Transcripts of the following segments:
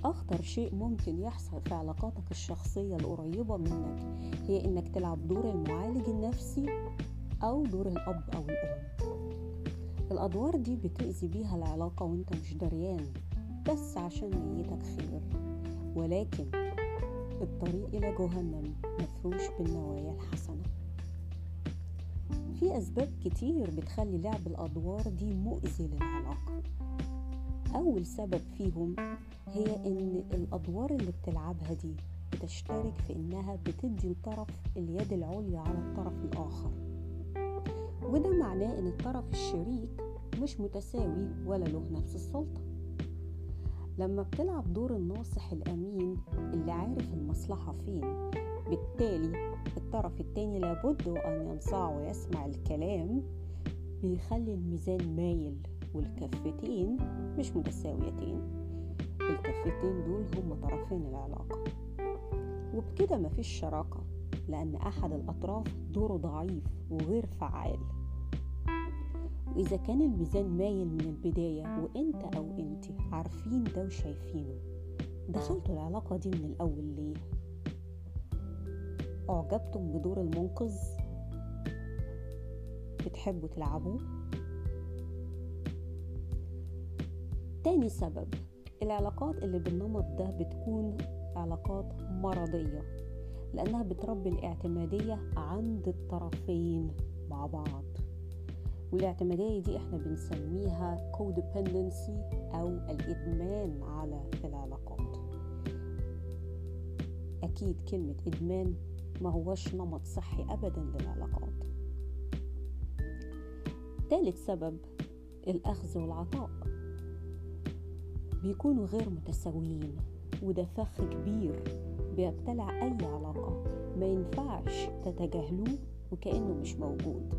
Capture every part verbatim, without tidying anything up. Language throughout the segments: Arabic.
أخطر شيء ممكن يحصل في علاقاتك الشخصية القريبة منك هي إنك تلعب دور المعالج النفسي أو دور الأب أو الأم. الأدوار دي بتأذي بيها العلاقة وإنت مش دريان، بس عشان نيتك خير، ولكن الطريق إلى جهنم مفروش بالنوايا الحسنة. في أسباب كتير بتخلي لعب الأدوار دي مؤذي للعلاقة. أول سبب فيهم هي إن الأدوار اللي بتلعبها دي بتشترك في إنها بتدي الطرف اليد العليا على الطرف الآخر، وده معناه إن الطرف الشريك مش متساوي ولا له نفس السلطة. لما بتلعب دور الناصح الأمين اللي عارف المصلحة فين، بالتالي الطرف التاني لابد أن ينصاع ويسمع الكلام، بيخلي الميزان مايل والكفتين مش متساويتين. الكفتين دول هم طرفين العلاقة، وبكده مفيش شراكة، لأن أحد الأطراف دوره ضعيف وغير فعال. وإذا كان الميزان مايل من البداية وإنت أو إنتي عارفين ده وشايفينه، دخلتوا العلاقة دي من الأول ليه؟ أعجبتم بدور المنقذ؟ بتحبوا تلعبوا؟ تاني سبب، العلاقات اللي بالنمط ده بتكون علاقات مرضية، لأنها بتربي الاعتمادية عند الطرفين مع بعض. والاعتمادية دي احنا بنسميها codependency أو الإدمان على العلاقات. أكيد كلمة إدمان ما هوش نمط صحي أبدا للعلاقات. ثالث سبب، الأخذ والعطاء، بيكونوا غير متساويين، وده فخ كبير بيبتلع أي علاقة، ما ينفعش تتجاهلوه وكأنه مش موجود.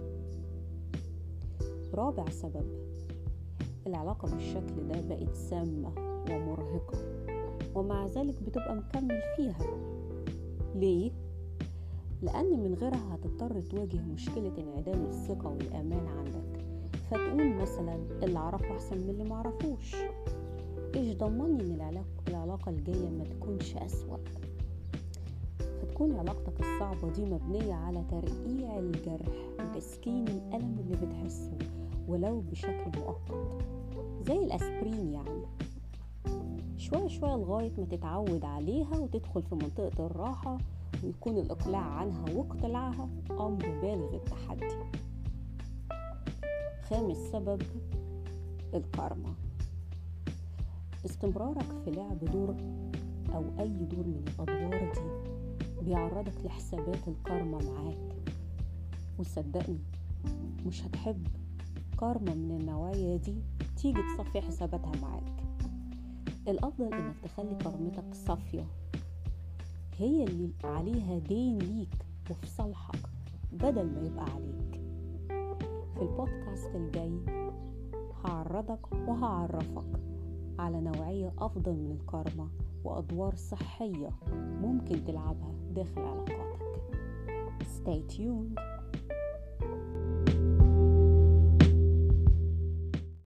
رابع سبب، العلاقة بالشكل ده بقت سامة ومرهقة، ومع ذلك بتبقى مكمل فيها. ليه؟ لأن من غيرها هتضطر تواجه مشكلة انعدام الثقة والأمان عندك، فتقول مثلا اللي أعرفه أحسن من اللي معرفوش. إيش ضمني إن العلاقة, العلاقة الجاية ما تكونش أسوأ؟ فتكون علاقتك الصعبة دي مبنية على ترقيع الجرح وتسكين الألم اللي بتحسه ولو بشكل مؤقت، زي الأسبرين يعني، شوية شوية لغاية ما تتعود عليها وتدخل في منطقة الراحة، ويكون الإقلاع عنها واقتلاعها أمر بالغ التحدي. خامس سبب، الكارما. استمرارك في لعب دور أو أي دور من الأدوار دي بيعرضك لحسابات الكارما معاك، وصدقني مش هتحب كارما من النوعية دي تيجي تصفي حساباتها معاك. الأفضل إنك تخلي كارمتك صافية، هي اللي عليها دين ليك وفي صالحك بدل ما يبقى عليك. في البودكاست الجاي هعرضك وهعرفك على نوعية أفضل من الكارما وأدوار صحية ممكن تلعبها داخل علاقاتك. Stay tuned.